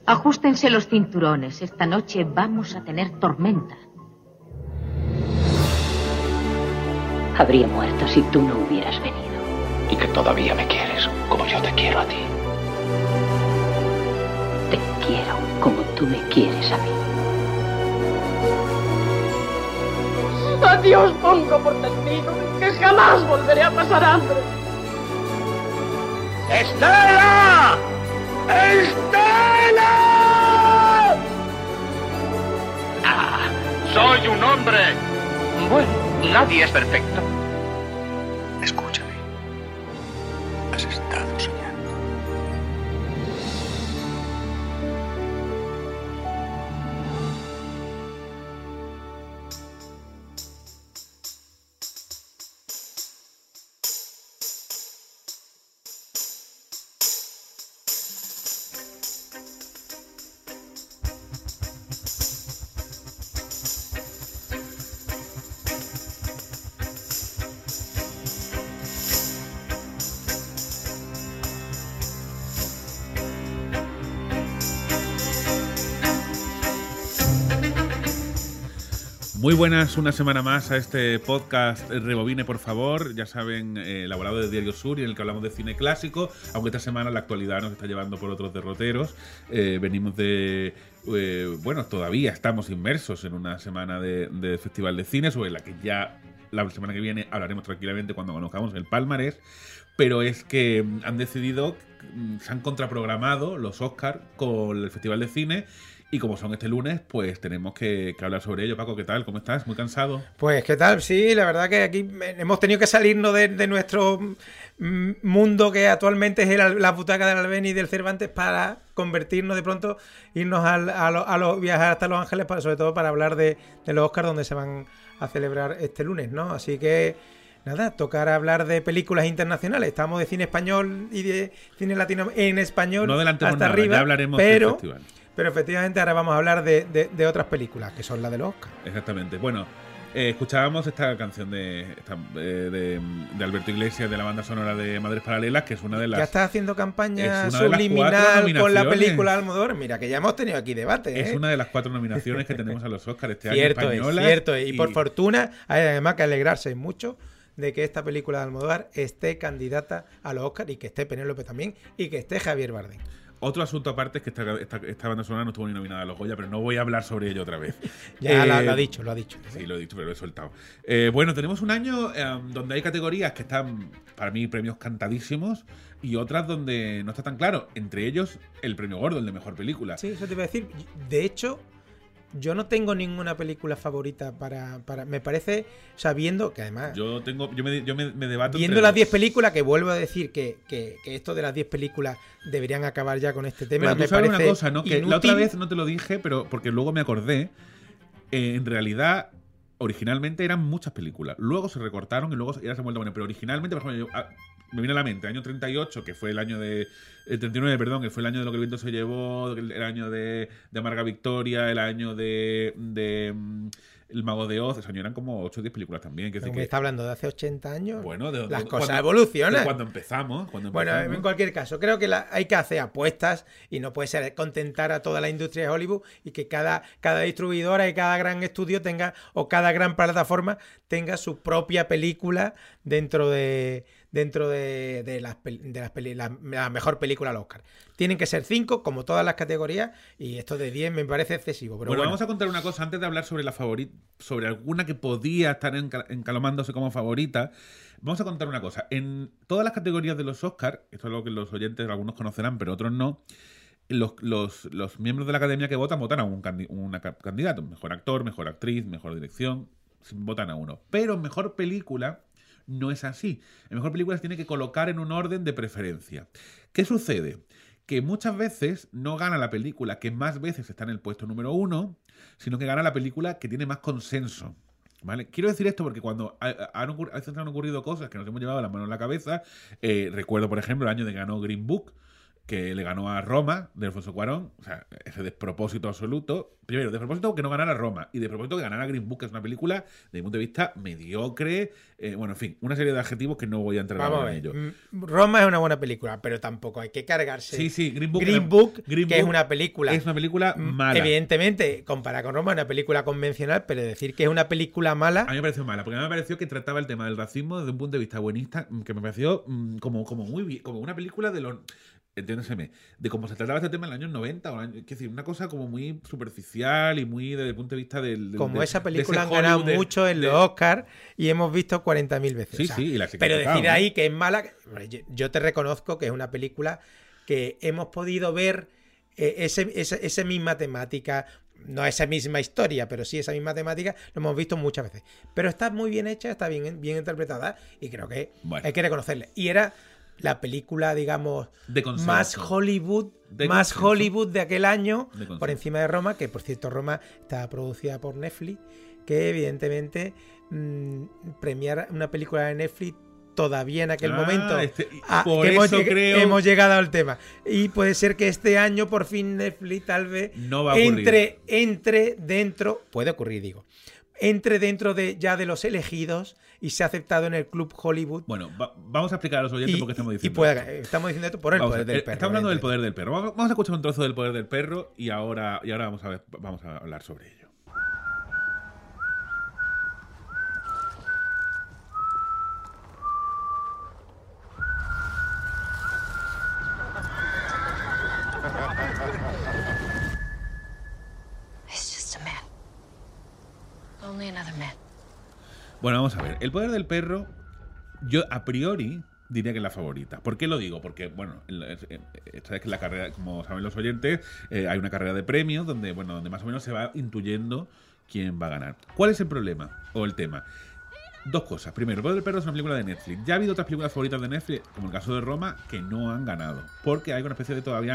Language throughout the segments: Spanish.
Ajustense los cinturones. Esta noche vamos a tener tormenta. Habría muerto si tú no hubieras venido. Y que todavía me quieres, como yo te quiero a ti. Te quiero como tú me quieres a mí. A Dios pongo por testigo que jamás volveré a pasar hambre. ¡Estela! ¡Estela! ¡Ah! ¡Soy un hombre! Bueno, nadie es perfecto. Escúchame. Has estado soñando. Muy buenas, una semana más a este podcast Rebobine, por favor. Ya saben, elaborado de Diario Sur y en el que hablamos de cine clásico, aunque esta semana la actualidad nos está llevando por otros derroteros. Venimos de... bueno, todavía estamos inmersos en una semana de Festival de Cine, sobre la que ya la semana que viene hablaremos tranquilamente cuando conozcamos el palmarés. Pero es que han decidido, se han contraprogramado los Oscars con el Festival de Cine. Y como son este lunes, pues tenemos que hablar sobre ello. Paco, ¿qué tal? ¿Cómo estás? ¿Muy cansado? Pues, ¿qué tal? Sí, la verdad que aquí hemos tenido que salirnos de nuestro mundo que actualmente es la butaca del Albéniz y del Cervantes para convertirnos de pronto, irnos viajar hasta Los Ángeles, sobre todo para hablar de los Oscars donde se van a celebrar este lunes, ¿no? Así que... nada, tocar hablar de películas internacionales. Estamos de cine español y de cine latino en español. No adelantemos hasta nada, arriba, ya hablaremos del festival. Pero efectivamente ahora vamos a hablar de otras películas, que son las de los Oscar. Exactamente. Bueno, escuchábamos esta canción de Alberto Iglesias, de la banda sonora de Madres Paralelas, que es una de las... Ya estás haciendo campaña subliminal con la película de Almodóvar. Mira, que ya hemos tenido aquí debate. Es una de las 4 nominaciones que tenemos a los Oscars este cierto año españolas. Cierto, y por fortuna hay además que alegrarse mucho de que esta película de Almodóvar esté candidata a los Oscars y que esté Penélope también y que esté Javier Bardem. Otro asunto aparte es que esta banda sonora no estuvo ni nominada a los Goya, pero no voy a hablar sobre ello otra vez. Ya lo ha dicho. Sí, lo he dicho, pero lo he soltado. Bueno, tenemos un año donde hay categorías que están, para mí, premios cantadísimos y otras donde no está tan claro. Entre ellos, el premio gordo, el de mejor película. Sí, eso te iba a decir. De hecho... yo no tengo ninguna película favorita para me parece, o sea, viendo que además yo me debato viendo las 10 películas, que vuelvo a decir que esto de las 10 películas deberían acabar ya con este tema. Pero me sabes parece una cosa, ¿no? Que inútil. La otra vez no te lo dije, pero porque luego me acordé, en realidad originalmente eran muchas películas, luego se recortaron y luego ya se han vuelto a poner, pero originalmente, por ejemplo, me viene a la mente, año 38, que fue el año de... El 39, perdón, que fue el año de Lo que el viento se llevó, el año de Amarga Victoria, el año de El Mago de Oz. Ese año eran como 8 o 10 películas también. ¿Me está hablando de hace 80 años? Bueno, las cosas evolucionan. Cuando empezamos. Bueno, en cualquier caso, creo que hay que hacer apuestas y no puede ser contentar a toda la industria de Hollywood y que cada distribuidora y cada gran estudio tenga, o cada gran plataforma tenga su propia película dentro de la mejor película al Oscar. Tienen que ser 5, como todas las categorías, y esto de 10 me parece excesivo. Pero bueno, vamos a contar una cosa antes de hablar sobre sobre alguna que podía estar encalomándose como favorita. Vamos a contar una cosa. En todas las categorías de los Oscars, esto es algo que los oyentes algunos conocerán, pero otros no, los miembros de la academia que votan a un candidato. Mejor actor, mejor actriz, mejor dirección, votan a uno. Pero mejor película no es así. En mejor película se tiene que colocar en un orden de preferencia. ¿Qué sucede? Que muchas veces no gana la película que más veces está en el puesto número 1, sino que gana la película que tiene más consenso. ¿Vale? Quiero decir esto porque cuando a veces han ocurrido cosas que nos hemos llevado la mano en la cabeza, recuerdo, por ejemplo, el año de ganó Green Book, que le ganó a Roma, de Alfonso Cuarón. O sea, ese despropósito absoluto. Primero, despropósito que no ganara Roma. Y despropósito que ganara Green Book, que es una película, desde mi punto de vista, mediocre. Bueno, en fin, una serie de adjetivos que no voy a entrar ahora en ello. Roma es una buena película, pero tampoco hay que cargarse. Sí, Green Book, que es una película. Es una película mala. Evidentemente, comparada con Roma, es una película convencional, pero decir que es una película mala. A mí me pareció mala, porque a mí me pareció que trataba el tema del racismo desde un punto de vista buenista, que me pareció como muy bien, como una película de los. Entiéndeseme, de cómo se trataba este tema en los años 90, es decir, una cosa como muy superficial y muy desde el punto de vista del como esa película han ganado mucho en los Oscars y hemos visto 40.000 veces. Sí, o sea, sí, y la pero decir ahí que es mala, yo te reconozco que es una película que hemos podido ver esa misma temática, no esa misma historia, pero sí esa misma temática, lo hemos visto muchas veces. Pero está muy bien hecha, está bien interpretada y creo que hay que reconocerle. Y era la película, digamos, más Hollywood de aquel año, por encima de Roma, que por cierto Roma está producida por Netflix, que evidentemente premiar una película de Netflix todavía en aquel momento por eso creo hemos llegado al tema, y puede ser que este año por fin Netflix tal vez no va a ocurrir. entre dentro, puede ocurrir, digo, entre dentro de los elegidos y se ha aceptado en el Club Hollywood. Bueno, vamos a explicar a los oyentes por qué estamos diciendo estamos diciendo esto por el poder del perro. Estamos hablando del poder del perro. Vamos a escuchar un trozo del poder del perro y ahora vamos a hablar sobre ello. Bueno, vamos a ver. El poder del perro, yo a priori diría que es la favorita. ¿Por qué lo digo? Porque, bueno, sabes que en la carrera, como saben los oyentes, hay una carrera de premios donde más o menos se va intuyendo quién va a ganar. ¿Cuál es el problema o el tema? Dos cosas. Primero, El poder del perro es una película de Netflix. Ya ha habido otras películas favoritas de Netflix, como el caso de Roma, que no han ganado. Porque hay una especie de todavía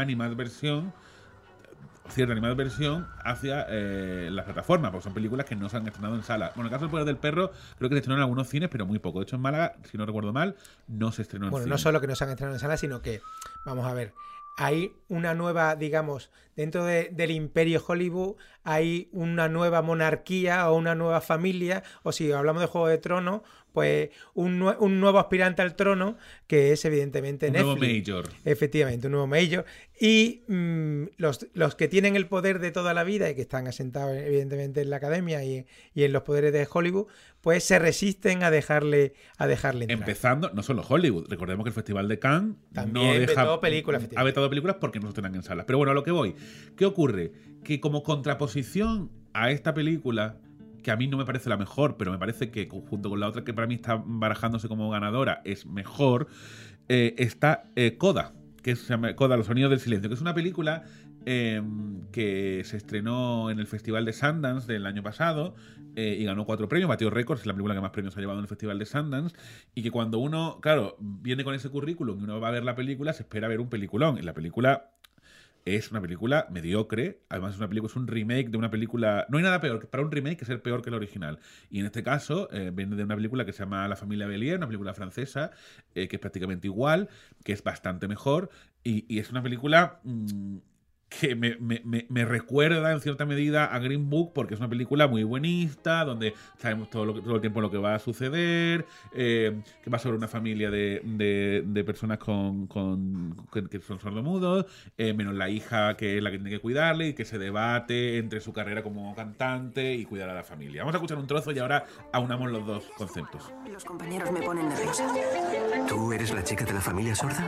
cierta animadversión hacia las plataformas, porque son películas que no se han estrenado en salas. Bueno, en el caso del poder del perro, creo que se estrenó en algunos cines, pero muy poco. De hecho, en Málaga, si no recuerdo mal, no se estrenó en cines. Bueno, no solo que no se han estrenado en salas, sino que, vamos a ver, hay una nueva, digamos, dentro del imperio Hollywood, hay una nueva monarquía o una nueva familia, o si hablamos de Juego de Tronos, pues un nuevo aspirante al trono, que es evidentemente Netflix. Un nuevo Major. Efectivamente, un nuevo Major. Y los que tienen el poder de toda la vida y que están asentados evidentemente en la academia y en los poderes de Hollywood, pues se resisten a dejarle entrar. Empezando, no solo Hollywood, recordemos que el Festival de Cannes también vetó películas, ha vetado películas porque no se estrenan en salas. Pero bueno, a lo que voy. ¿Qué ocurre? Que como contraposición a esta película, que a mí no me parece la mejor, pero me parece que junto con la otra que para mí está barajándose como ganadora es mejor, está Coda, que se llama Coda, Los Sonidos del Silencio, que es una película que se estrenó en el Festival de Sundance del año pasado y ganó 4 premios, batió récords, es la película que más premios ha llevado en el Festival de Sundance, y que cuando uno, claro, viene con ese currículum y uno va a ver la película, se espera ver un peliculón, y la película es una película mediocre. Además es un remake de una película. No hay nada peor para un remake que ser peor que el original. Y en este caso viene de una película que se llama La familia Bélier, una película francesa que es prácticamente igual, que es bastante mejor, y es una película que me recuerda en cierta medida a Green Book, porque es una película muy buenista, donde sabemos todo el tiempo lo que va a suceder, que va sobre una familia de personas que son sordomudos, menos la hija que es la que tiene que cuidarle, y que se debate entre su carrera como cantante y cuidar a la familia. Vamos a escuchar un trozo y ahora aunamos los dos conceptos. Los compañeros me ponen nerviosa. ¿Tú eres la chica de la familia sorda?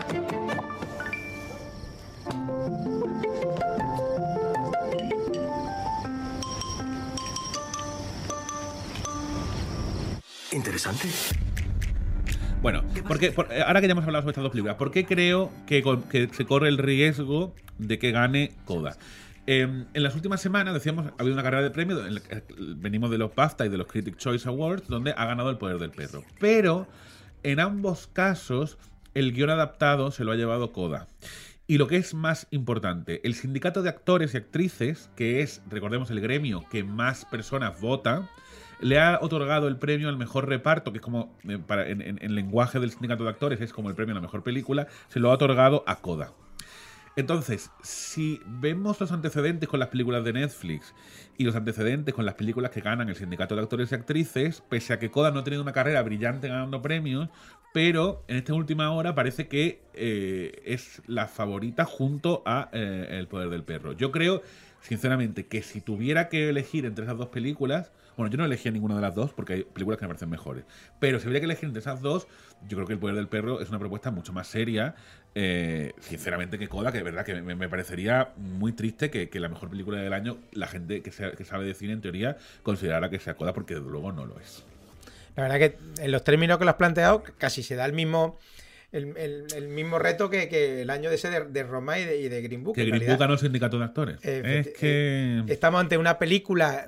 Interesante. Bueno, ahora que ya hemos hablado sobre estas dos películas, ¿por qué creo que se corre el riesgo de que gane Coda? En las últimas semanas, decíamos, ha habido una carrera de premios, venimos de los BAFTA y de los Critics' Choice Awards, donde ha ganado El poder del perro. Pero en ambos casos, el guión adaptado se lo ha llevado Coda. Y lo que es más importante, el sindicato de actores y actrices, que es, recordemos, el gremio que más personas vota, le ha otorgado el premio al mejor reparto, que es como, en lenguaje del sindicato de actores, es como el premio a la mejor película, se lo ha otorgado a Coda. Entonces, si vemos los antecedentes con las películas de Netflix y los antecedentes con las películas que ganan el Sindicato de Actores y Actrices, pese a que Coda no ha tenido una carrera brillante ganando premios, pero en esta última hora parece que es la favorita junto a El Poder del Perro. Yo creo, sinceramente, que si tuviera que elegir entre esas dos películas... Bueno, yo no elegí ninguna de las dos porque hay películas que me parecen mejores. Pero si hubiera que elegir entre esas dos, yo creo que El Poder del Perro es una propuesta mucho más seria, sinceramente, que Coda, que de verdad que me parecería muy triste que la mejor película del año, la gente que sabe de cine, en teoría, considerara que sea Coda, porque desde luego no lo es. La verdad que en los términos que lo has planteado, casi se da el mismo reto que el año de ese de Roma y de Green Book. Que Green Book ganó el Sindicato de Actores. Es que... Estamos ante una película...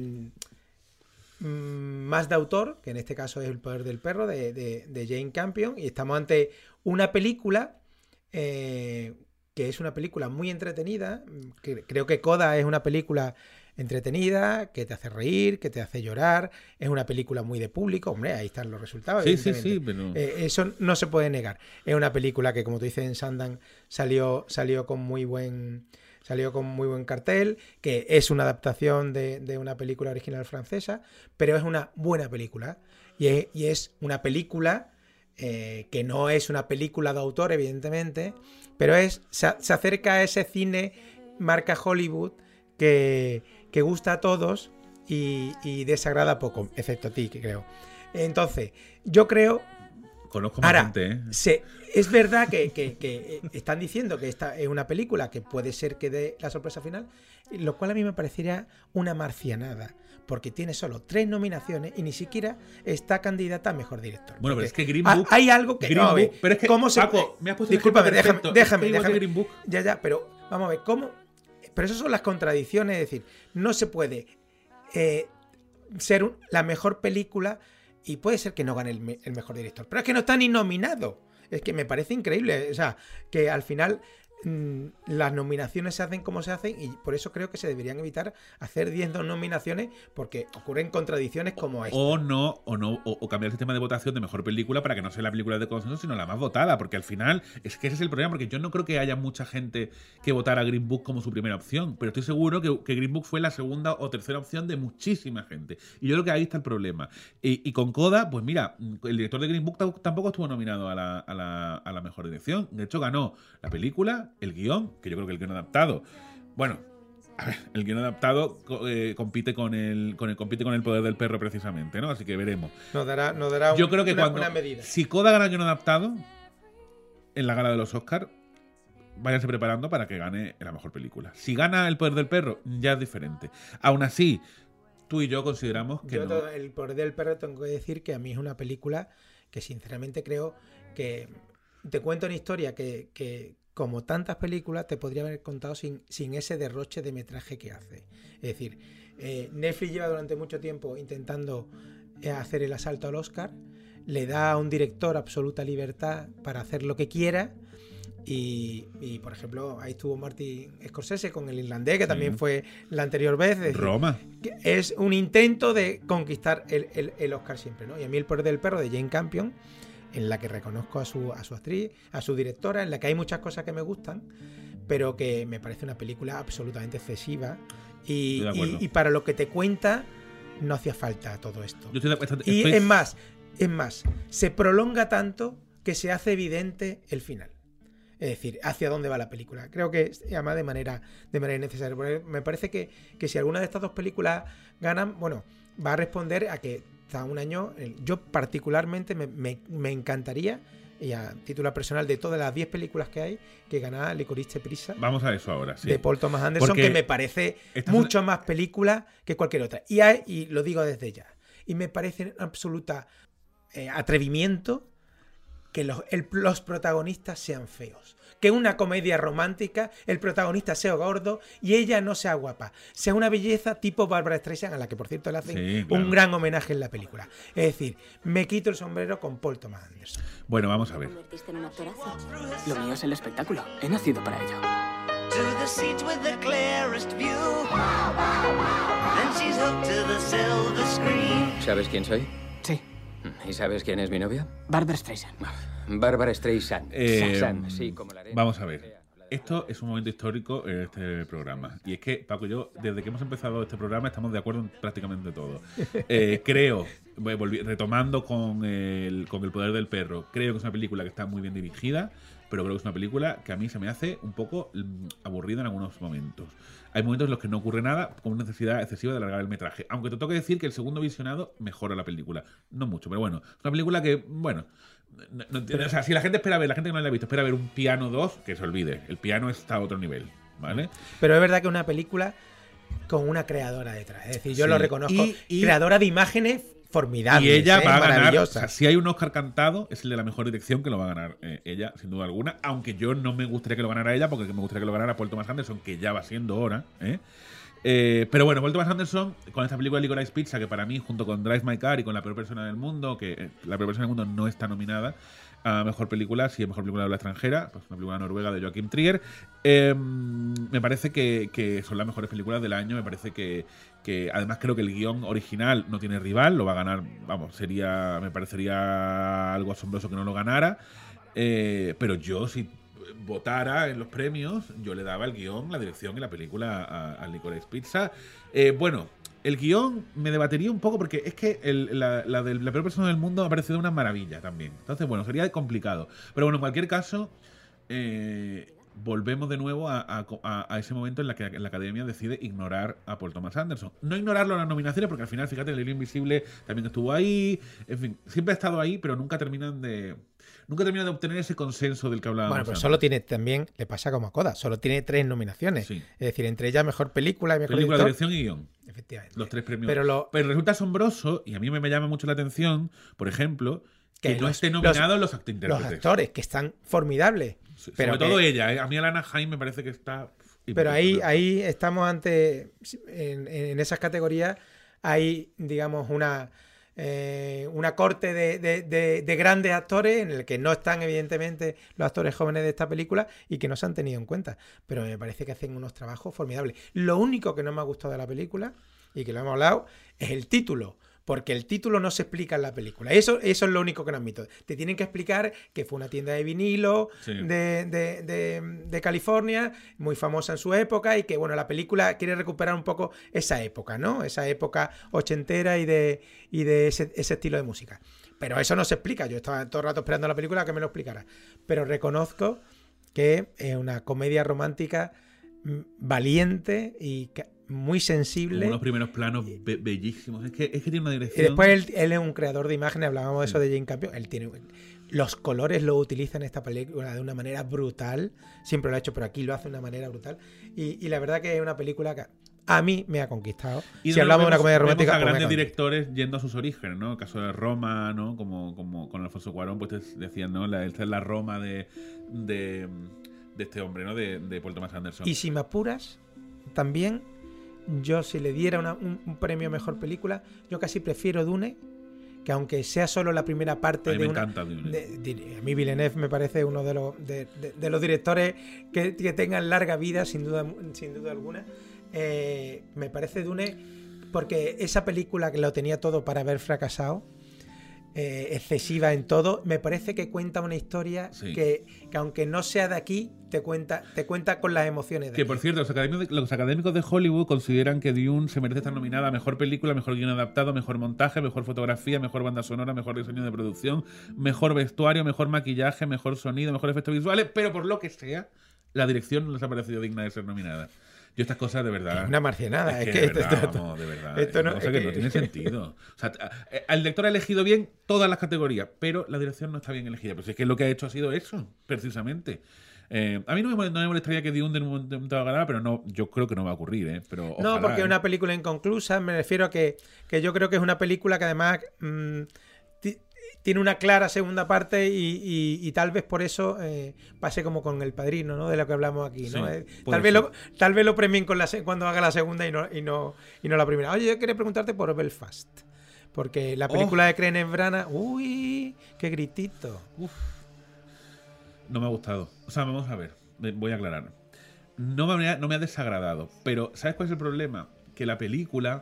más de autor, que en este caso es El Poder del Perro de Jane Campion, y estamos ante una película que es una película muy entretenida. Creo que Coda es una película entretenida, que te hace reír, que te hace llorar, es una película muy de público, hombre, ahí están los resultados. Sí, pero... eso no se puede negar. Es una película que, como tú dices, en Sundance salió con muy buen cartel, que es una adaptación de una película original francesa, pero es una buena película. Y es una película que no es una película de autor, evidentemente, pero se acerca a ese cine marca Hollywood que gusta a todos y desagrada a poco, excepto a ti, que creo. Entonces, yo creo... Conozco más gente, es verdad que están diciendo que esta es una película que puede ser que dé la sorpresa final, lo cual a mí me parecería una marcianada, porque tiene solo 3 nominaciones y ni siquiera está candidata a Mejor Director. Bueno, pero es que Green Book... Hay algo que... Green Book, pero es que, ¿cómo Paco, me has puesto... Discúlpame, déjame. Green Book. Ya, pero vamos a ver, ¿cómo? Pero esas son las contradicciones, es decir, no se puede ser la mejor película y puede ser que no gane el mejor director, pero es que no está ni nominado. Es que me parece increíble, o sea, que al final las nominaciones se hacen como se hacen, y por eso creo que se deberían evitar hacer 10 nominaciones, porque ocurren contradicciones como esta. O cambiar el sistema de votación de mejor película para que no sea la película de consenso, sino la más votada, porque al final es que ese es el problema, porque yo no creo que haya mucha gente que votara a Green Book como su primera opción, pero estoy seguro que Green Book fue la segunda o tercera opción de muchísima gente, y yo creo que ahí está el problema. Y con Coda, pues mira, el director de Green Book tampoco estuvo nominado a la mejor dirección. De hecho, ganó la película, el guión, que yo creo que el guión adaptado, bueno, a ver, el guión adaptado compite con el Poder del Perro, precisamente, ¿no? Así que veremos. Nos dará yo creo que una medida. Si Coda gana el guión adaptado en la gala de los Oscars, váyanse preparando para que gane la mejor película. Si gana El Poder del Perro, ya es diferente. Aún así, tú y yo consideramos que no. El Poder del Perro, tengo que decir que a mí es una película que sinceramente creo que te cuento una historia que como tantas películas te podría haber contado sin ese derroche de metraje que hace. Es decir, Netflix lleva durante mucho tiempo intentando hacer el asalto al Oscar, le da a un director absoluta libertad para hacer lo que quiera, y por ejemplo, ahí estuvo Martin Scorsese con El Irlandés, que también fue la anterior vez. Es decir, Roma. Que es un intento de conquistar el Oscar siempre, ¿no? Y a mí El Poder del Perro de Jane Campion, en la que reconozco a su actriz, a su directora, en la que hay muchas cosas que me gustan, pero que me parece una película absolutamente excesiva y para lo que te cuenta no hacía falta todo esto. Es más, se prolonga tanto que se hace evidente el final. Es decir, hacia dónde va la película. Creo que además de manera innecesaria. Porque me parece que si alguna de estas dos películas ganan, bueno, va a responder a que hasta un año, yo particularmente me encantaría, y a título personal, de todas las 10 películas que hay, que ganara Licorice Pizza. Vamos a eso ahora, sí. De Paul Thomas Anderson, porque que me parece mucho más película que cualquier otra. Y lo digo desde ya. Y me parece un absoluta atrevimiento que los protagonistas sean feos. Que una comedia romántica, el protagonista sea gordo y ella no sea guapa. Sea una belleza tipo Barbara Streisand, a la que por cierto le hacen un gran homenaje en la película. Es decir, me quito el sombrero con Paul Thomas Anderson. Bueno, vamos a ver. ¿Convertiste en un actorazo? Lo mío es el espectáculo. He nacido para ello. ¿Sabes quién soy? Sí. ¿Y sabes quién es mi novia? Barbara Streisand. Barbara Streisand. Sí, como la arena. Vamos a ver. Esto es un momento histórico en este programa. Y es que, Paco y yo, desde que hemos empezado este programa, estamos de acuerdo en prácticamente todo. Creo, retomando con el poder del perro, creo que es una película que está muy bien dirigida, pero creo que es una película que a mí se me hace un poco aburrida en algunos momentos. Hay momentos en los que no ocurre nada, con una necesidad excesiva de alargar el metraje. Aunque te toque decir que el segundo visionado mejora la película. No mucho, pero bueno. Es una película que, bueno... o sea, si la gente espera ver, la gente que no la ha visto, espera ver un Piano 2, que se olvide. El piano está a otro nivel, ¿vale? Pero es verdad que es una película con una creadora detrás. Es decir, yo lo reconozco. Y creadora de imágenes formidables. Y ella va a ganar. O sea, sea, si hay un Oscar cantado, es el de la mejor dirección, que lo va a ganar ella, sin duda alguna. Aunque yo no me gustaría que lo ganara ella, porque me gustaría que lo ganara Paul Thomas Anderson, que ya va siendo hora, pero bueno, Paul Thomas Anderson, con esta película de Licorice Pizza, que para mí, junto con Drive My Car y con La Peor Persona del Mundo, que La Peor Persona del Mundo no está nominada a Mejor Película, sí es Mejor Película de habla extranjera, pues una película noruega de Joachim Trier, me parece que son las mejores películas del año. Me parece que además creo que el guión original no tiene rival, lo va a ganar, vamos, me parecería algo asombroso que no lo ganara, pero yo si votara en los premios, yo le daba el guión, la dirección y la película a Licorice Pizza. Bueno, el guión me debatería un poco, porque es que la peor persona del mundo me ha parecido una maravilla también. Entonces, bueno, sería complicado. Pero bueno, en cualquier caso, volvemos de nuevo a ese momento en la que la Academia decide ignorar a Paul Thomas Anderson. No ignorarlo en las nominaciones, porque al final, fíjate, el Hilo Invisible también estuvo ahí. En fin, siempre ha estado ahí, pero nunca terminan de obtener ese consenso del que hablábamos. Bueno, pero solo tiene también, le pasa como a Coda, solo tiene 3 nominaciones. Sí. Es decir, entre ellas Mejor Película y Mejor Director. Dirección y guión. Efectivamente. Los 3 premios. Pero resulta asombroso, y a mí me llama mucho la atención, por ejemplo, que no esté nominado los actores. Los actores, que están formidables. Sí, pero sobre todo ella. A mí Alana Haim me parece que está... Pero ahí estamos ante... En esas categorías hay, digamos, una corte de grandes actores en el que no están evidentemente los actores jóvenes de esta película y que no se han tenido en cuenta, pero me parece que hacen unos trabajos formidables. Lo único que no me ha gustado de la película, y que lo hemos hablado, es el título, porque el título no se explica en la película. Eso es lo único que no admito. Te tienen que explicar que fue una tienda de vinilo de California, muy famosa en su época, y que, bueno, la película quiere recuperar un poco esa época, ¿no? Esa época ochentera y de ese estilo de música. Pero eso no se explica. Yo estaba todo el rato esperando la película que me lo explicara. Pero reconozco que es una comedia romántica valiente y muy sensible. Con unos primeros planos bellísimos. Es que tiene una dirección. Y después él es un creador de imágenes, hablábamos de eso de Jane Campion. Él tiene los colores, lo utiliza en esta película de una manera brutal. Siempre lo ha hecho, pero aquí lo hace de una manera brutal. Y la verdad que es una película que a mí me ha conquistado. Y si hablamos de una comedia romántica, a grandes directores yendo a sus orígenes, ¿no? El caso de Roma, ¿no? Como con Alfonso Cuarón, pues decían, ¿no? Esta es la Roma de este hombre, ¿no? De Paul Thomas Anderson. Y si me apuras, también, yo si le diera un premio a Mejor Película, yo casi prefiero Dune, que aunque sea solo la primera parte me encanta Dune. A mí Villeneuve me parece uno de los directores que tengan larga vida, sin duda alguna. Me parece Dune, porque esa película que lo tenía todo para haber fracasado, excesiva en todo, me parece que cuenta una historia que aunque no sea de aquí, te cuenta con las emociones de que aquí. Por cierto, los académicos de Hollywood consideran que Dune se merece estar nominada a Mejor Película, Mejor Guión Adaptado, Mejor Montaje, Mejor Fotografía, Mejor Banda Sonora, Mejor Diseño de Producción, Mejor Vestuario, Mejor Maquillaje, Mejor Sonido, Mejor Efectos Visuales, pero por lo que sea, la dirección no les ha parecido digna de ser nominada. Yo estas cosas de verdad... Es una marcianada. Es que de verdad. Esto no, cosa que no tiene sentido. O sea, el director ha elegido bien todas las categorías, pero la dirección no está bien elegida. Pues es que lo que ha hecho ha sido eso, precisamente. A mí no me molestaría que Dune de un momento ganara, pero no, yo creo que no va a ocurrir, pero ojalá, no, porque es una película inconclusa. Me refiero a que yo creo que es una película que además tiene una clara segunda parte y tal vez por eso pase como con El Padrino, ¿no? De lo que hablamos aquí, ¿no? Sí, tal vez lo premien cuando haga la segunda y no la primera. Oye, yo quería preguntarte por Belfast, porque la película de Kenneth Branagh, uy, qué gritito. Uf. No me ha gustado. O sea, vamos a ver, voy a aclarar. No me ha desagradado, pero ¿sabes cuál es el problema? Que la película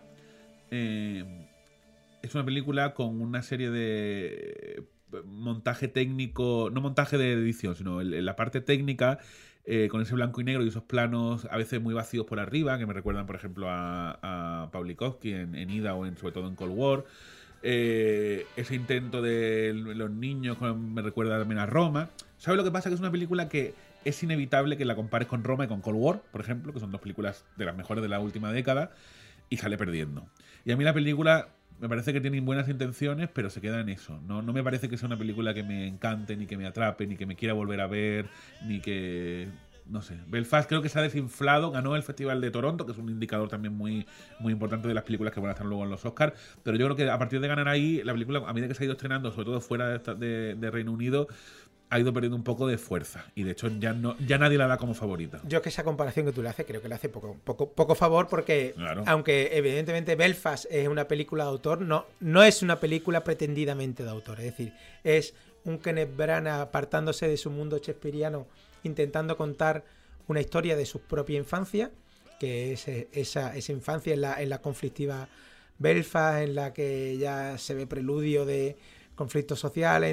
es una película con una serie de montaje técnico, no montaje de edición, sino la parte técnica con ese blanco y negro y esos planos a veces muy vacíos por arriba, que me recuerdan, por ejemplo, a Pawlikowski en Ida o sobre todo en Cold War. Ese intento de los niños me recuerda también a Roma. ¿Sabes lo que pasa? Que es una película que es inevitable que la compares con Roma y con Cold War, por ejemplo, que son dos películas de las mejores de la última década, y sale perdiendo. Y a mí la película me parece que tiene buenas intenciones, pero se queda en eso. No me parece que sea una película que me encante, ni que me atrape, ni que me quiera volver a ver, ni que... No sé, Belfast creo que se ha desinflado, ganó el Festival de Toronto, que es un indicador también muy, muy importante de las películas que van a estar luego en los Oscars, pero yo creo que a partir de ganar ahí, la película, a medida que se ha ido estrenando, sobre todo fuera de Reino Unido, ha ido perdiendo un poco de fuerza, y de hecho ya nadie la da como favorita. Yo que esa comparación que tú le haces, creo que le hace poco favor, porque claro, aunque evidentemente Belfast es una película de autor, no es una película pretendidamente de autor, es decir, es un Kenneth Branagh apartándose de su mundo shakespeariano, intentando contar una historia de su propia infancia, que es esa infancia en la conflictiva Belfast, en la que ya se ve preludio de conflictos sociales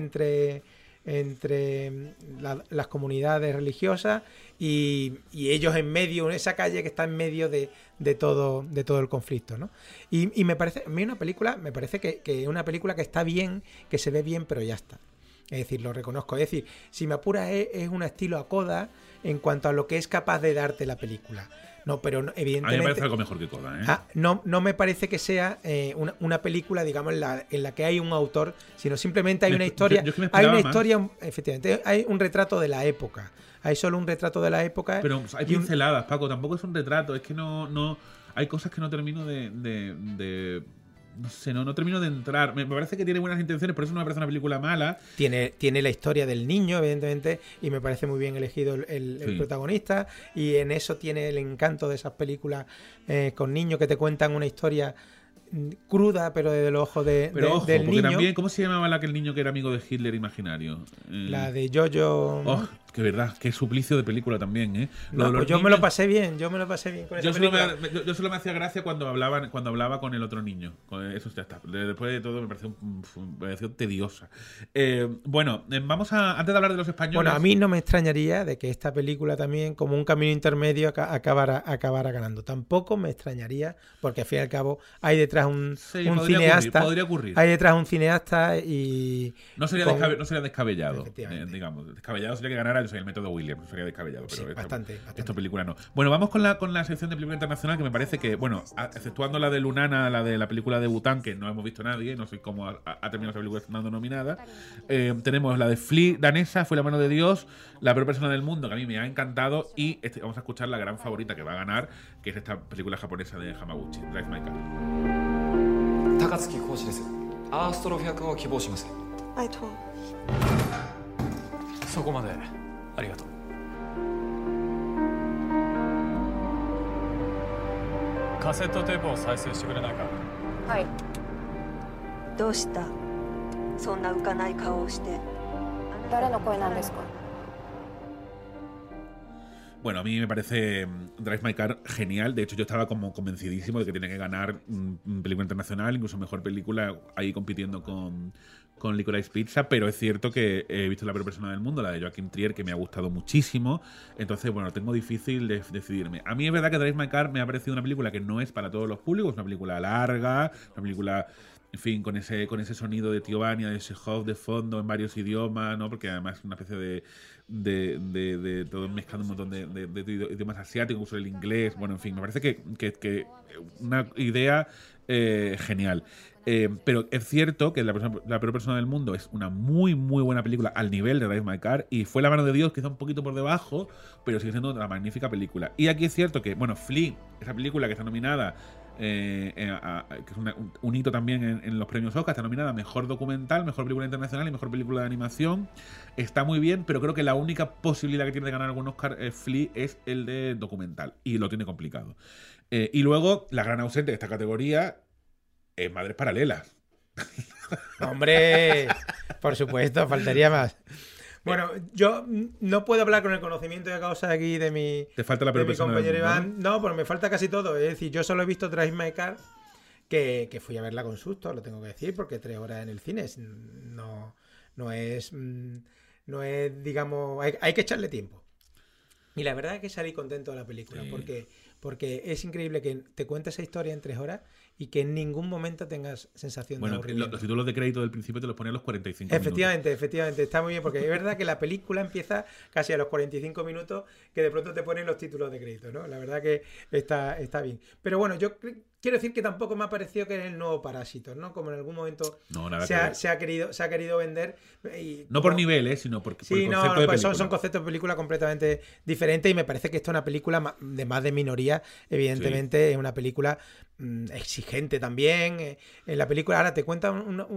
entre las comunidades religiosas y ellos en medio, en esa calle que está en medio de todo el conflicto, ¿no? Y me parece, a mí me parece que es una película que está bien, que se ve bien, pero ya está. Es decir, lo reconozco. Es decir, si me apuras es un estilo a Coda en cuanto a lo que es capaz de darte la película. No, pero evidentemente... A mí me parece algo mejor que Coda, ¿eh? No me parece que sea una película, digamos, en la que hay un autor, sino simplemente hay una historia. Hay una historia, efectivamente, hay un retrato de la época. Hay solo un retrato de la época. Pero hay pinceladas, Paco, tampoco es un retrato, es que no hay cosas que no termino de no sé, no termino de entrar. Me parece que tiene buenas intenciones, por eso no me parece una película mala. Tiene la historia del niño, evidentemente, y me parece muy bien elegido el protagonista, y en eso tiene el encanto de esas películas con niños que te cuentan una historia cruda, pero desde los ojos del niño. También, ¿cómo se llamaba aquel niño que era amigo de Hitler imaginario? La de Jojo. Oh, qué verdad, qué suplicio de película también, ¿eh? Yo me lo pasé bien con esa película. Yo solo me hacía gracia cuando hablaba con el otro niño. Eso ya está. Después de todo me pareció tediosa. Bueno, vamos antes de hablar de los españoles. Bueno, a mí no me extrañaría de que esta película también, como un camino intermedio, acabara ganando. Tampoco me extrañaría, porque al fin y al cabo hay detrás un cineasta. Podría ocurrir. Hay detrás un cineasta y... No sería descabellado. Digamos, descabellado sería que ganara el método Williams. Sería descabellado. Pero sí, bastante. Esta película no. Bueno, vamos con la sección de película internacional, que me parece que, bueno, exceptuando la de Lunana, la de la película de Bután, que no hemos visto nadie, no sé cómo ha terminado esa película estando nominada. Tenemos la de Flea, danesa, Fue la mano de Dios, La peor persona del mundo, que a mí me ha encantado, y vamos a escuchar la gran favorita que va a ganar, que es esta película japonesa de Hamaguchi, Drive My Car. 高槻コーチです。アーストロ100を希望します。 ありがとう。 そこまでありがとう。カセットテープを再生してくれないか。 はい。どうした？そんな浮かない顔をして。誰の声なんですか？ Bueno, a mí me parece Drive My Car genial. De hecho, yo estaba como convencidísimo de que tiene que ganar película internacional, incluso mejor película, ahí compitiendo con Licorice Pizza. Pero es cierto que he visto La peor persona del mundo, la de Joachim Trier, que me ha gustado muchísimo. Entonces, bueno, tengo difícil de decidirme. A mí es verdad que Drive My Car me ha parecido una película que no es para todos los públicos. Es una película larga, una película... En fin, con ese sonido de Tío Vania, de Chekhov de fondo en varios idiomas, ¿no? Porque además es una especie de todo mezclando un montón de idiomas asiáticos, incluso el inglés. Bueno, en fin, me parece que una idea genial. Pero es cierto que La peor persona del mundo es una muy, muy buena película al nivel de Drive My Car, y Fue la mano de Dios, quizá un poquito por debajo, pero sigue siendo una magnífica película. Y aquí es cierto que, bueno, Flea, esa película que está nominada, que es un hito también en los premios Oscar, está nominada a Mejor Documental, Mejor Película Internacional y Mejor Película de Animación. Está muy bien, pero creo que la única posibilidad que tiene de ganar algún Oscar Flea es el de documental, y lo tiene complicado. Y luego, la gran ausente de esta categoría es Madres Paralelas. Hombre, por supuesto, faltaría más. Bueno, yo no puedo hablar con el conocimiento de causa aquí de mi, ¿te falta la peor persona compañero del mundo, Iván? No, pero me falta casi todo. Es decir, yo solo he visto Drive My Car, que fui a verla con susto, lo tengo que decir, porque 3 horas en el cine no es, digamos, hay que echarle tiempo. Y la verdad es que salí contento de la película, porque es increíble que te cuente esa historia en 3 horas y que en ningún momento tengas sensación de aburrimiento. Los títulos de crédito del principio te los ponen a los 45 Efectivamente, minutos. está muy bien, porque es verdad que la película empieza casi a los 45 minutos, que de pronto te ponen los títulos de crédito, ¿no? La verdad que está bien. Pero bueno, yo quiero decir que tampoco me ha parecido que es el nuevo Parásitos, ¿no? Como en algún momento se ha querido vender. No por nivel, sino por sí, por concepto de película. Son conceptos de película completamente diferentes, y me parece que esto es una película de más de minoría, evidentemente. Sí. Es una película exigente también. En la película ahora te cuenta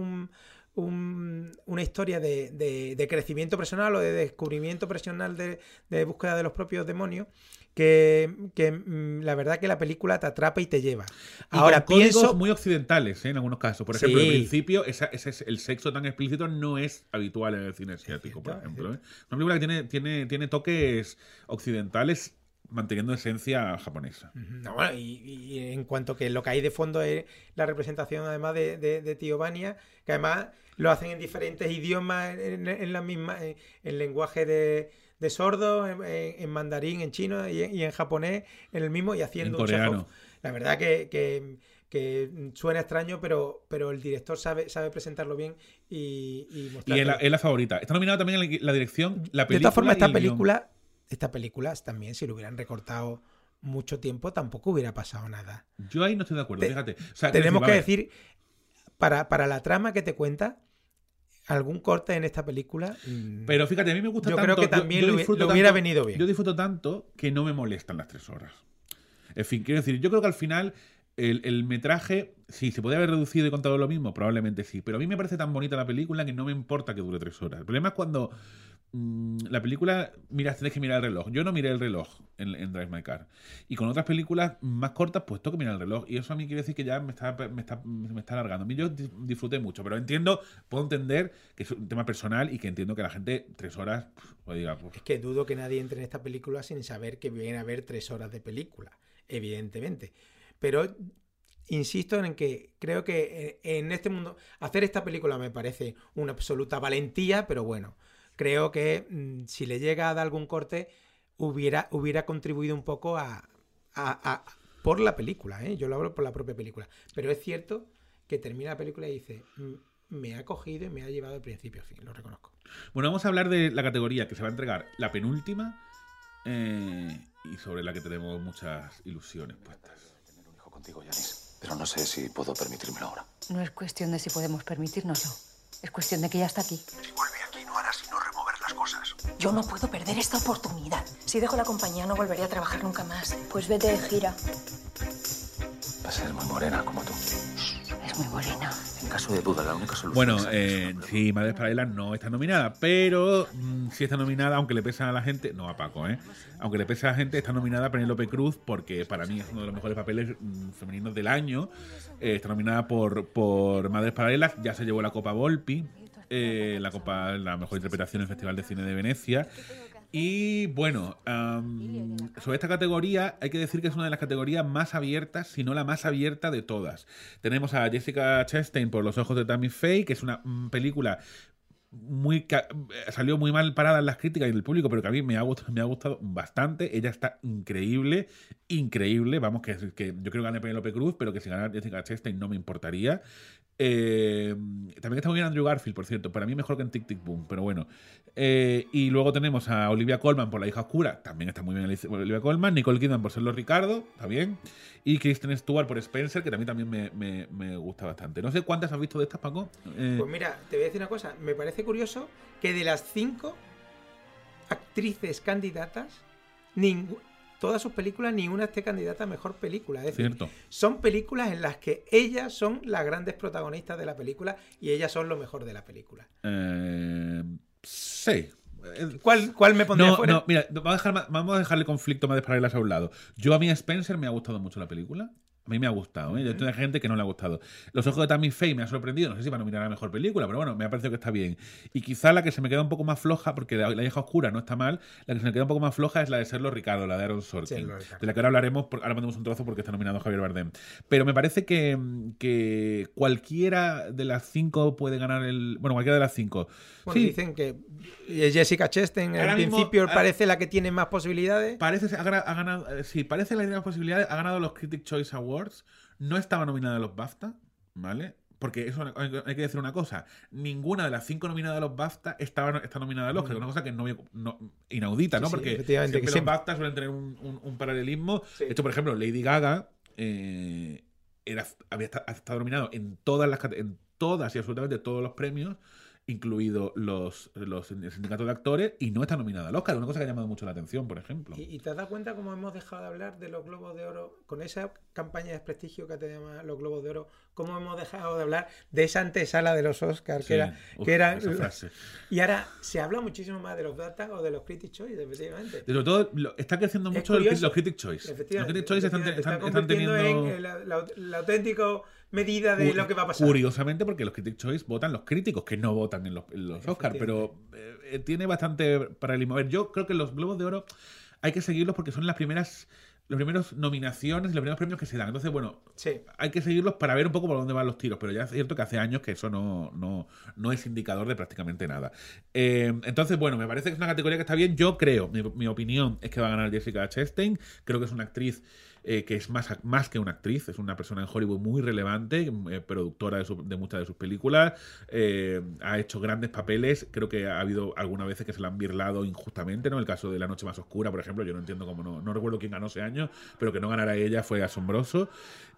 una historia de crecimiento personal o de descubrimiento personal, de búsqueda de los propios demonios, que la verdad que la película te atrapa y te lleva. Y ahora códigos muy occidentales, en algunos casos. Por ejemplo, al principio el sexo tan explícito no es habitual en el cine asiático, por ejemplo. Una película que tiene toques occidentales, manteniendo esencia japonesa. No, bueno, y en cuanto que lo que hay de fondo es la representación, además, de Tío Vania, que además lo hacen en diferentes idiomas, en la misma, en lenguaje de sordos, en mandarín, en chino y en japonés, en el mismo, y haciendo en coreano. La verdad que suena extraño, pero el director sabe presentarlo bien y mostrarlo. Y es la favorita. Está nominada también en la dirección, la película. De todas formas, esta película también, si lo hubieran recortado mucho tiempo, tampoco hubiera pasado nada. Yo ahí no estoy de acuerdo, fíjate. O sea, tenemos que decir, para la trama que te cuenta, algún corte en esta película. Pero fíjate, a mí me gusta yo tanto. Yo creo que también lo hubiera venido bien. Yo disfruto tanto que no me molestan las 3 horas. En fin, quiero decir, yo creo que al final el metraje, sí, se podría haber reducido y contado lo mismo, probablemente sí. Pero a mí me parece tan bonita la película que no me importa que dure 3 horas. El problema es cuando la película, mira, tenés que mirar el reloj. Yo no miré el reloj en Drive My Car. Y con otras películas más cortas, pues tengo que mirar el reloj. Y eso a mí quiere decir que ya me está alargando. A mí yo disfruté mucho, pero puedo entender que es un tema personal y que entiendo que la gente 3 horas, pues diga... Pues... Es que dudo que nadie entre en esta película sin saber que viene a ver 3 horas de película, evidentemente. Pero insisto en que creo que en este mundo hacer esta película me parece una absoluta valentía, pero bueno, creo que si le llega a dar algún corte hubiera contribuido un poco por la película, ¿eh? Yo lo hablo por la propia película, pero es cierto que termina la película y dice, me ha cogido y me ha llevado de principio a fin, lo reconozco. Bueno, vamos a hablar de la categoría que se va a entregar, la penúltima, y sobre la que tenemos muchas ilusiones puestas. Tener un hijo contigo, Yanis, pero no sé si puedo permitírmelo ahora. No es cuestión de si podemos permitírnoslo, es cuestión de que ya está aquí. Si vuelve aquí no hará sino remover las cosas. Yo no puedo perder esta oportunidad. Si dejo la compañía no volveré a trabajar nunca más. Pues vete de gira. Va a ser muy morena como tú. Es muy morena. En caso de duda, la única solución... Bueno, sí, Madres Paralelas no está nominada, pero sí está nominada, aunque le pesa a la gente... No a Paco, aunque le pesa a la gente, está nominada Penélope Cruz, porque para mí es uno de los mejores papeles femeninos del año. Está nominada por Madres Paralelas, ya se llevó la Copa Volpi, la mejor interpretación en el Festival de Cine de Venecia. Y bueno, sobre esta categoría hay que decir que es una de las categorías más abiertas, si no la más abierta de todas. Tenemos a Jessica Chastain por Los ojos de Tammy Faye, que es una película salió muy mal parada en las críticas y en el público, pero que a mí me ha gustado bastante. Ella está increíble, vamos, que yo creo que gane Penélope Cruz, pero que si gana Jessica Chastain no me importaría. También está muy bien Andrew Garfield, por cierto, para mí mejor que en Tic Tic Boom, pero bueno. Y luego tenemos a Olivia Colman por La hija oscura, también está muy bien Olivia Colman. Nicole Kidman por Serlo Ricardo, está bien. Y Kristen Stewart por Spencer, que también me gusta bastante. No sé cuántas has visto de estas, Paco. Pues mira, te voy a decir una cosa, me parece curioso que de las 5 actrices candidatas, todas sus películas, ninguna esté candidata a mejor película. Es decir, cierto. Son películas en las que ellas son las grandes protagonistas de la película y ellas son lo mejor de la película. Sí. ¿Cuál me pondría fuera? No, mira, vamos a dejarle conflicto Madres Paralelas a un lado. Yo a mí Spencer me ha gustado mucho la película. A mí me ha gustado, ¿eh? Yo tengo gente que no le ha gustado. Los ojos de Tammy Faye me ha sorprendido. No sé si va a nominar a la mejor película, pero bueno, me ha parecido que está bien. Y quizá la que se me queda un poco más floja, porque La hija oscura no está mal, la que se me queda un poco más floja es la de Serlo Ricardo, la de Aaron Sorkin. De la que ahora hablaremos, ahora mandamos un trozo porque está nominado Javier Bardem. Pero me parece que cualquiera de las 5 puede ganar el... Bueno, cualquiera de las 5. Bueno, sí. Dicen que Jessica Chastain al principio parece la que tiene más posibilidades. Parece, ha ganado, sí, parece la que tiene más posibilidades. Ha ganado los Critics' Choice Awards. No estaba nominada a los BAFTA, ¿vale? Porque eso hay que decir una cosa. Ninguna de las 5 nominadas a los BAFTA está nominada al Oscar. Una cosa que no inaudita, ¿no? Sí, porque efectivamente, siempre los BAFTA suelen tener un paralelismo. Sí. De hecho, por ejemplo, Lady Gaga ha estado nominado en todas y absolutamente todos los premios, incluido los sindicatos de actores, y no está nominada al Oscar. Una cosa que ha llamado mucho la atención, por ejemplo. ¿Y te has dado cuenta cómo hemos dejado de hablar de los Globos de Oro con esa campaña de desprestigio que te llama los Globos de Oro? ¿Cómo hemos dejado de hablar de esa antesala de los Oscars que era esa frase. Y ahora se habla muchísimo más de los BAFTA o de los Critics' Choice, efectivamente. Sobre todo está creciendo mucho los Critics' Choice. Efectivamente. Los Critics' Choice están teniendo en la auténtica medida de lo que va a pasar. Curiosamente, porque los Critics' Choice votan los críticos, que no votan en los Oscars, pero tiene bastante paralelismo. A ver, yo creo que los Globos de Oro hay que seguirlos porque son las primeras nominaciones, los primeros premios que se dan. Entonces, bueno, hay que seguirlos para ver un poco por dónde van los tiros, pero ya es cierto que hace años que eso no es indicador de prácticamente nada. Entonces, bueno, me parece que es una categoría que está bien. Yo creo, mi opinión es que va a ganar Jessica Chastain. Creo que es una actriz que es más que una actriz, es una persona en Hollywood muy relevante, productora de muchas de sus películas, ha hecho grandes papeles. Creo que ha habido algunas veces que se la han birlado injustamente, ¿no? El caso de La noche más oscura, por ejemplo, yo no entiendo cómo no recuerdo quién ganó ese año, pero que no ganara ella fue asombroso.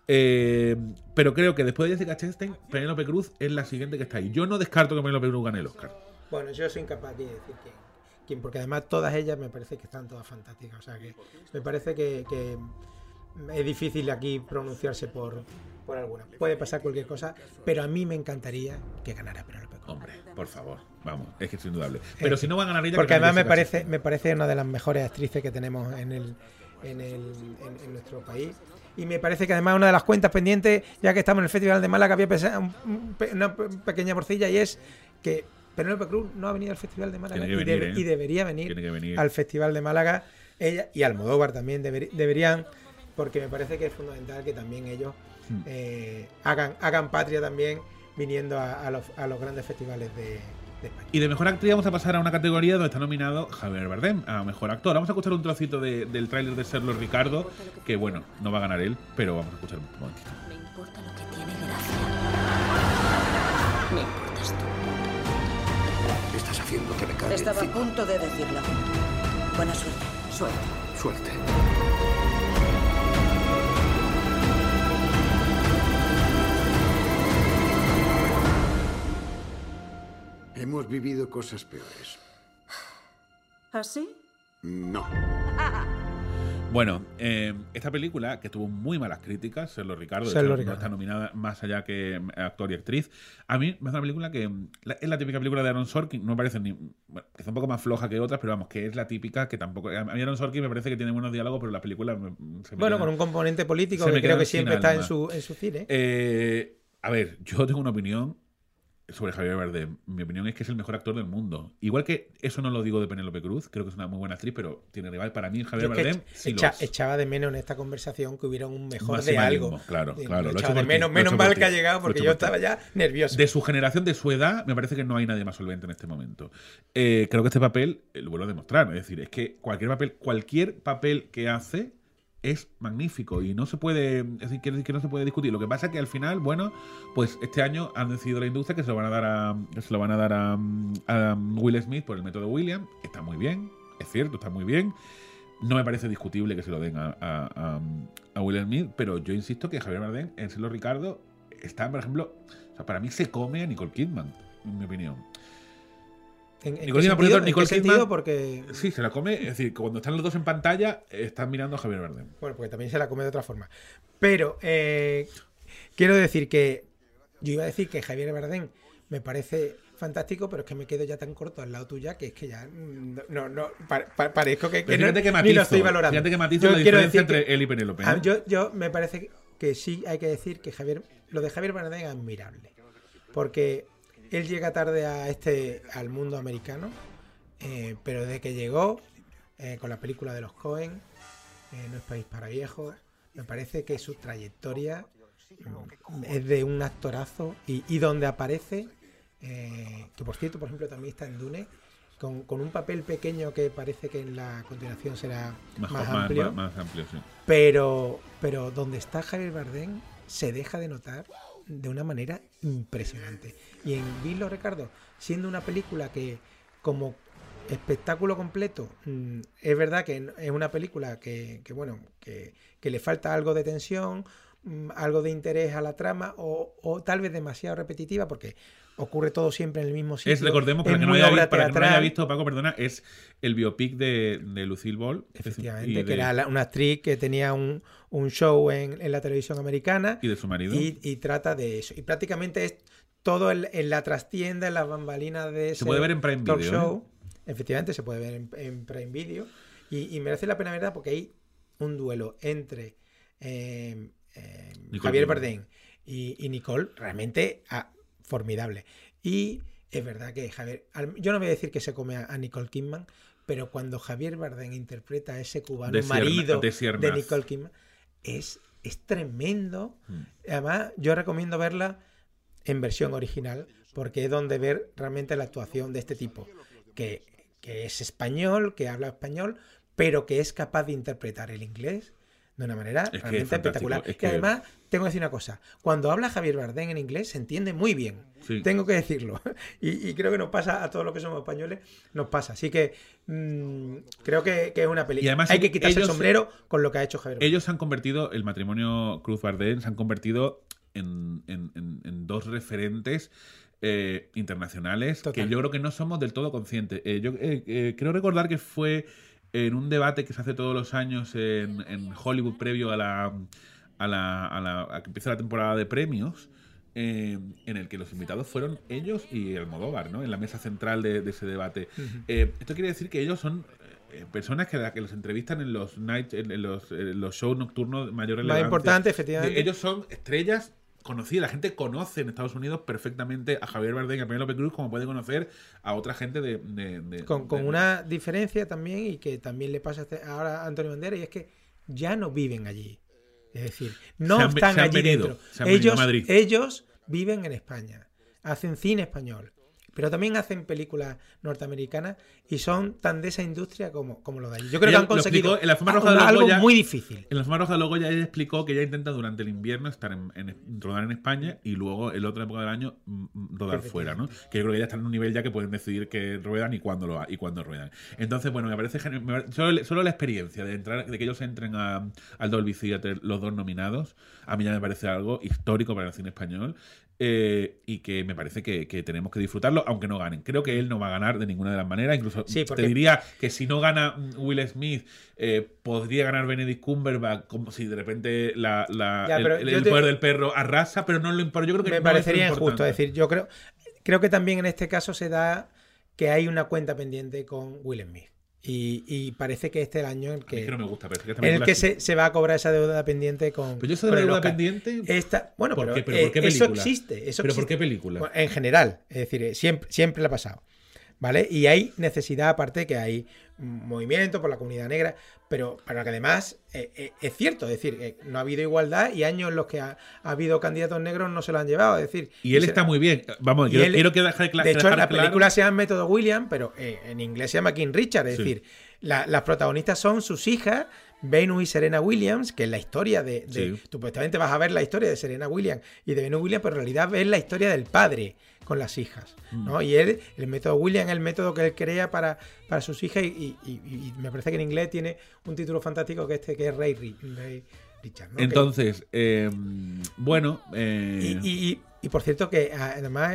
Pero creo que después de Jessica Chastain, Penélope Cruz es la siguiente que está ahí. Yo no descarto que Penélope Cruz gane el Oscar. Bueno, yo soy incapaz de decir quién, porque además todas ellas me parece que están todas fantásticas. O sea que me parece que es difícil aquí pronunciarse por alguna. Puede pasar cualquier cosa, pero a mí me encantaría que ganara Penélope Cruz. Hombre, por favor, vamos, es que es indudable. Pero si no va a ganar ella... Porque además me parece una de las mejores actrices que tenemos en nuestro país. Y me parece que además una de las cuentas pendientes, ya que estamos en el Festival de Málaga, había una pequeña morcilla, y es que Penélope Cruz no ha venido al Festival de Málaga y debería venir al Festival de Málaga. Ella y Almodóvar también deberían, porque me parece que es fundamental que también ellos hagan patria también viniendo a los grandes festivales de España. Y de mejor actriz vamos a pasar a una categoría donde está nominado Javier Bardem a mejor actor. Vamos a escuchar un trocito del tráiler de Serlo Ricardo, que bueno, no va a ganar él, pero vamos a escuchar un momentito. Me importa lo que tiene gracia. Me importas tú. Estás haciendo que me caiga Estaba encima. a punto de decirlo. Buena suerte. Suerte. Hemos vivido cosas peores. ¿Así? No. Bueno, esta película, que tuvo muy malas críticas, Serlo Ricardo, no está nominada más allá que actor y actriz. A mí me hace una película que es la típica película de Aaron Sorkin, no me parece que es un poco más floja que otras, pero vamos, que es la típica que tampoco... A mí Aaron Sorkin me parece que tiene buenos diálogos, pero la película con un componente político que creo que siempre está en su cine. A ver, yo tengo una opinión sobre Javier Bardem. Mi opinión es que es el mejor actor del mundo. Igual que eso no lo digo de Penélope Cruz, creo que es una muy buena actriz, pero tiene rival. Para mí Javier Bardem echaba de menos en esta conversación que hubiera un mejor de algo. Claro. Lo echaba de menos mal que ha llegado, porque yo estaba ya nervioso. De su generación, de su edad, me parece que no hay nadie más solvente en este momento. Creo que este papel lo vuelvo a demostrar. Es decir, es que cualquier papel que hace es magnífico y no se puede, es decir, quiere decir que no se puede discutir. Lo que pasa es que al final, bueno, pues este año han decidido la industria que se lo van a dar a Will Smith por El método William. Está muy bien, es cierto, está muy bien. No me parece discutible que se lo den a Will Smith, pero yo insisto que Javier Bardem en Serlo Ricardo está, por ejemplo, o sea, para mí se come a Nicole Kidman, en mi opinión. ¿En qué sentido? Porque... Sí, se la come. Es decir, cuando están los dos en pantalla, están mirando a Javier Bardem. Bueno, porque también se la come de otra forma. Pero quiero decir que yo iba a decir que Javier Bardem me parece fantástico, pero es que me quedo ya tan corto al lado tuya que es que ya parezco que ni lo estoy valorando. Fíjate que matizo la diferencia entre él y Penélope, ¿no? Yo me parece que sí hay que decir que lo de Javier Bardem es admirable. Porque él llega tarde al mundo americano, pero desde que llegó con la película de los Coen, No es país para viejos, me parece que su trayectoria es de un actorazo y donde aparece, que por cierto, por ejemplo, también está en Dune, con un papel pequeño que parece que en la continuación será más amplio. Más amplio, sí. Pero donde está Javier Bardem se deja de notar de una manera impresionante. Y en Dilo, Ricardo, siendo una película que como espectáculo completo, es verdad que es una película que le falta algo de tensión, algo de interés a la trama o tal vez demasiado repetitiva porque ocurre todo siempre en el mismo sitio. Recordemos, para que no haya visto, Paco, perdona, es el biopic de Lucille Ball. Efectivamente, que era una actriz que tenía un show en la televisión americana. Y de su marido. Y trata de eso. Y prácticamente es todo en la trastienda, en las bambalinas de ese se puede ver en Prime talk Video, show. Efectivamente, se puede ver en Prime Video. Y merece la pena, ¿verdad? Porque hay un duelo entre Javier Bardem y Nicole realmente formidable. Y es verdad que Javier, yo no voy a decir que se come a Nicole Kidman, pero cuando Javier Bardem interpreta a ese cubano marido de Nicole Kidman, es tremendo. Además, yo recomiendo verla en versión original, porque es donde ver realmente la actuación de este tipo, que es español, que habla español, pero que es capaz de interpretar el inglés de una manera realmente espectacular. Y además, tengo que decir una cosa, cuando habla Javier Bardem en inglés se entiende muy bien, sí. Tengo que decirlo, y creo que nos pasa a todos los que somos españoles, nos pasa, así que creo que es una película. Además, hay que quitarse el sombrero con lo que ha hecho Javier Bardem. Ellos se han convertido, el matrimonio Cruz-Bardem se han convertido en dos referentes internacionales. Total. Que yo creo que no somos del todo conscientes. Yo creo recordar que fue en un debate que se hace todos los años en Hollywood previo a que empiece la temporada de premios, en el que los invitados fueron ellos y Almodóvar, ¿no? En la mesa central de ese debate. Esto quiere decir que ellos son personas que los entrevistan en los los shows nocturnos de mayor relevancia. Más importante, efectivamente. Ellos son estrellas conocida. La gente conoce en Estados Unidos perfectamente a Javier Bardem y a Penélope Cruz como puede conocer a otra gente con una diferencia también, y que también le pasa ahora a Antonio Banderas, y es que ya no viven allí. Es decir, no están allí dentro. Ellos viven en España, hacen cine español, pero también hacen películas norteamericanas y son tan de esa industria como lo de allí. Yo creo que han conseguido algo muy difícil. En la Alfombra Roja de los Goya ella explicó que ella intenta durante el invierno estar rodar en España y luego en la otra época del año rodar fuera, ¿no? Que yo creo que ya están en un nivel ya que pueden decidir qué ruedan y cuándo ruedan. Entonces, bueno, me parece genial. Solo la experiencia de que ellos entren al Dolby Theatre, los dos nominados, a mí ya me parece algo histórico para el cine español. Y que me parece que tenemos que disfrutarlo, aunque no ganen. Creo que él no va a ganar de ninguna de las maneras. Incluso te diría que si no gana Will Smith, podría ganar Benedict Cumberbatch, como si de repente el poder del perro arrasa, pero no lo importa. Yo creo que me parecería injusto. Es decir, yo creo que también en este caso se da que hay una cuenta pendiente con Will Smith. Y parece que este es el año en que no me gusta, se va a cobrar esa deuda pendiente con. Pero yo esa deuda pendiente. Bueno, ¿Por qué película? Eso existe. ¿Pero por qué película? Bueno, en general, es decir, siempre le ha pasado. ¿Vale? Y hay necesidad, aparte que hay movimiento por la comunidad negra, pero que además es cierto, es decir, no ha habido igualdad y años en los que ha habido candidatos negros no se lo han llevado, es decir. Y él está muy bien. Vamos, quiero que dejar claro. De hecho, la película se llama Método William, pero en inglés se llama King Richard, es decir, las protagonistas son sus hijas, Venus y Serena Williams, que es la historia de supuestamente vas a ver la historia de Serena Williams y de Venus Williams, pero en realidad ves la historia del padre con las hijas, ¿no? Y el método William es el método que él crea para sus hijas y me parece que en inglés tiene un título fantástico que es Ray Richard, ¿no? Entonces, bueno. Y por cierto que además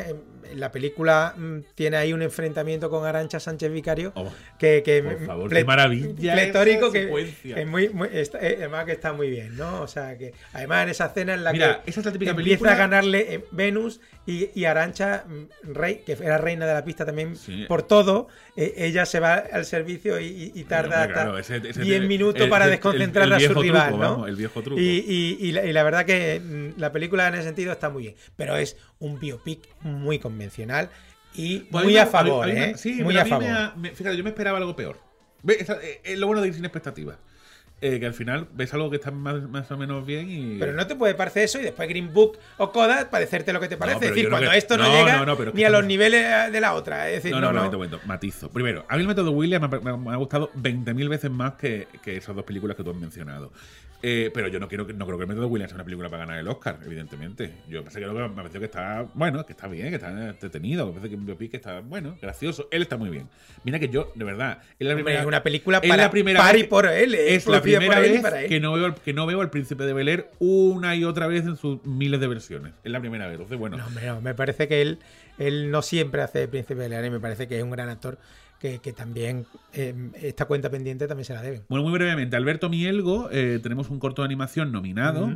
la película tiene ahí un enfrentamiento con Arantxa Sánchez Vicario por favor, qué maravilla pletórico, esa que es además que está muy bien, ¿no? O sea, que además en esa escena en la esa que es la típica empieza película a ganarle Venus y Arantxa, que era reina de la pista también, por todo, ella se va al servicio y tarda claro, hasta 10 minutos para desconcentrar a su rival, truco, ¿no? Vamos, el viejo truco. Y la verdad que la película en ese sentido está muy bien, pero es un biopic muy convencional y muy a favor, ¿eh? Sí, muy a favor. Fíjate, yo me esperaba algo peor. Es lo bueno de ir sin expectativas. Que al final ves algo que está más o menos bien y... Pero no te puede parecer eso y después Green Book o Coda parecerte lo que te parece. Es decir, cuando esto no llega ni a los niveles de la otra. Es decir, no. Matizo. Primero, a mí el método Williams me ha gustado 20.000 veces más que esas dos películas que tú has mencionado. Pero yo no creo que el método Williams sea una película para ganar el Oscar, evidentemente. Yo pensé que me pareció que está bueno, que está bien, que está entretenido, que parece que un biopic está bueno, gracioso. Él está muy bien. Mira que yo, de verdad, es la primera, una película para y por él. Es la primera vez que no veo al Príncipe de Bel-Air una y otra vez en sus miles de versiones. Es la primera vez. Entonces, bueno. No, me parece que él no siempre hace el Príncipe de Bel-Air y me parece que es un gran actor. Que también esta cuenta pendiente también se la deben. Bueno, muy brevemente, Alberto Mielgo, tenemos un corto de animación nominado.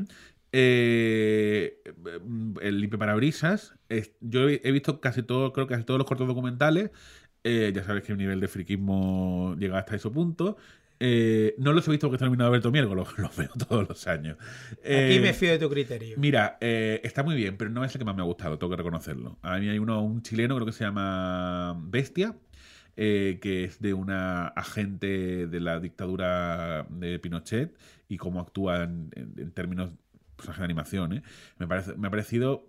El Limpia Parabrisas. Yo he visto casi todos los cortos documentales. Ya sabes que el nivel de friquismo llega hasta ese punto. No los he visto porque está nominado Alberto Mielgo, los veo todos los años. Aquí me fío de tu criterio. Mira, está muy bien, pero no es el que más me ha gustado, tengo que reconocerlo. A mí hay un chileno, creo que se llama Bestia, que es de una agente de la dictadura de Pinochet y cómo actúa en términos de animación. Me ha parecido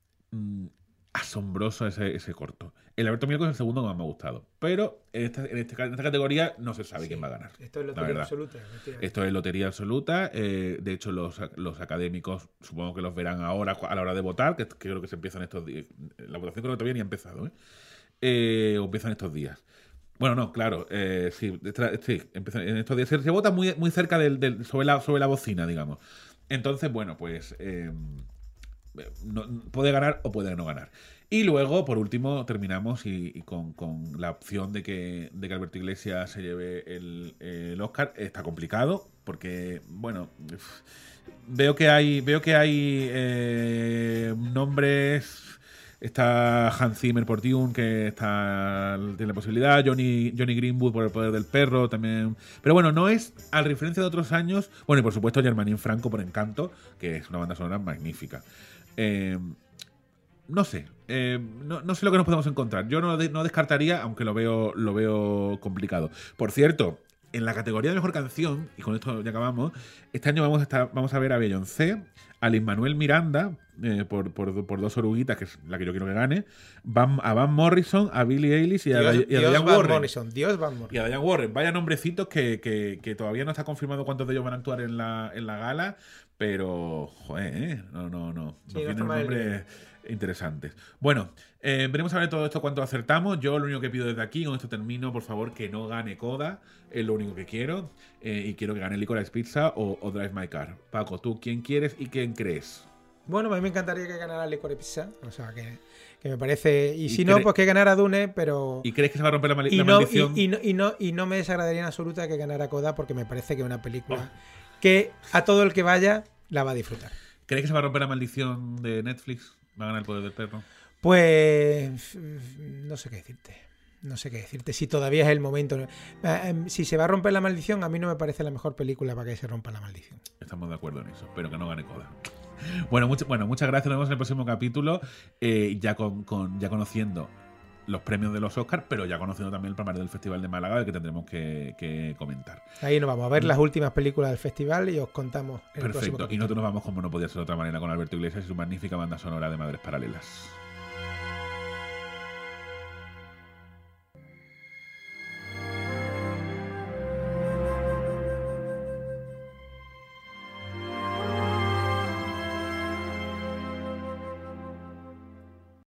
asombroso ese corto. El Alberto Mielgo es el segundo que más me ha gustado. Pero en esta categoría no se sabe quién va a ganar. Esto es lotería absoluta. Esto es lotería absoluta. De hecho, los académicos supongo que los verán ahora a la hora de votar, que creo que se empiezan estos días. La votación creo que todavía ni ha empezado. O empiezan estos días. Bueno, no, claro, sí, en estos días se vota muy, muy cerca sobre la bocina, digamos. Entonces, bueno, pues puede ganar o puede no ganar. Y luego, por último, terminamos con la opción de que Alberto Iglesias se lleve el Oscar. Está complicado porque, bueno, veo que hay nombres. Está Hans Zimmer por Dune, que tiene la posibilidad. Johnny Greenwood por El poder del perro también. Pero bueno, no es, a diferencia de otros años. Bueno, y por supuesto Germanín Franco por Encanto, que es una banda sonora magnífica. No sé. No sé lo que nos podemos encontrar. Yo no descartaría, aunque lo veo complicado. Por cierto, en la categoría de mejor canción, y con esto ya acabamos, este año vamos a ver a Beyoncé, a Lin-Manuel Miranda, por Dos Oruguitas, que es la que yo quiero que gane, a Van Morrison, a Billie Eilish y a Diane Warren. Dios Van Morrison. Y a Diane Warren. Vaya nombrecitos que todavía no está confirmado cuántos de ellos van a actuar en la gala, pero, joder, no. Nos vienen nombres interesantes. Bueno, veremos a ver todo esto cuánto acertamos. Yo lo único que pido desde aquí, con esto termino, por favor, que no gane Coda. Es lo único que quiero. Y quiero que gane Licorice Pizza o Drive My Car. Paco, ¿tú quién quieres y quién crees? Bueno, a mí me encantaría que ganara Licorice Pizza. O sea, que me parece... Y si no, pues que ganara Dune, pero... ¿Y crees que se va a romper la maldición? Y no me desagradaría en absoluta que ganara Coda, porque me parece que es una película que a todo el que vaya la va a disfrutar. ¿Crees que se va a romper la maldición de Netflix? ¿Va a ganar El poder del perro? Pues... no sé qué decirte. Si todavía es el momento. Si se va a romper la maldición, a mí no me parece la mejor película para que se rompa la maldición. Estamos de acuerdo en eso, pero que no gane Coda. Bueno, muchas gracias. Nos vemos en el próximo capítulo, ya conociendo los premios de los Oscars, pero ya conociendo también el palmarés del Festival de Málaga, del que tendremos que comentar. Ahí nos vamos a ver las últimas películas del festival y os contamos el próximo capítulo. Y nosotros nos vamos, como no podía ser de otra manera, con Alberto Iglesias y su magnífica banda sonora de Madres Paralelas.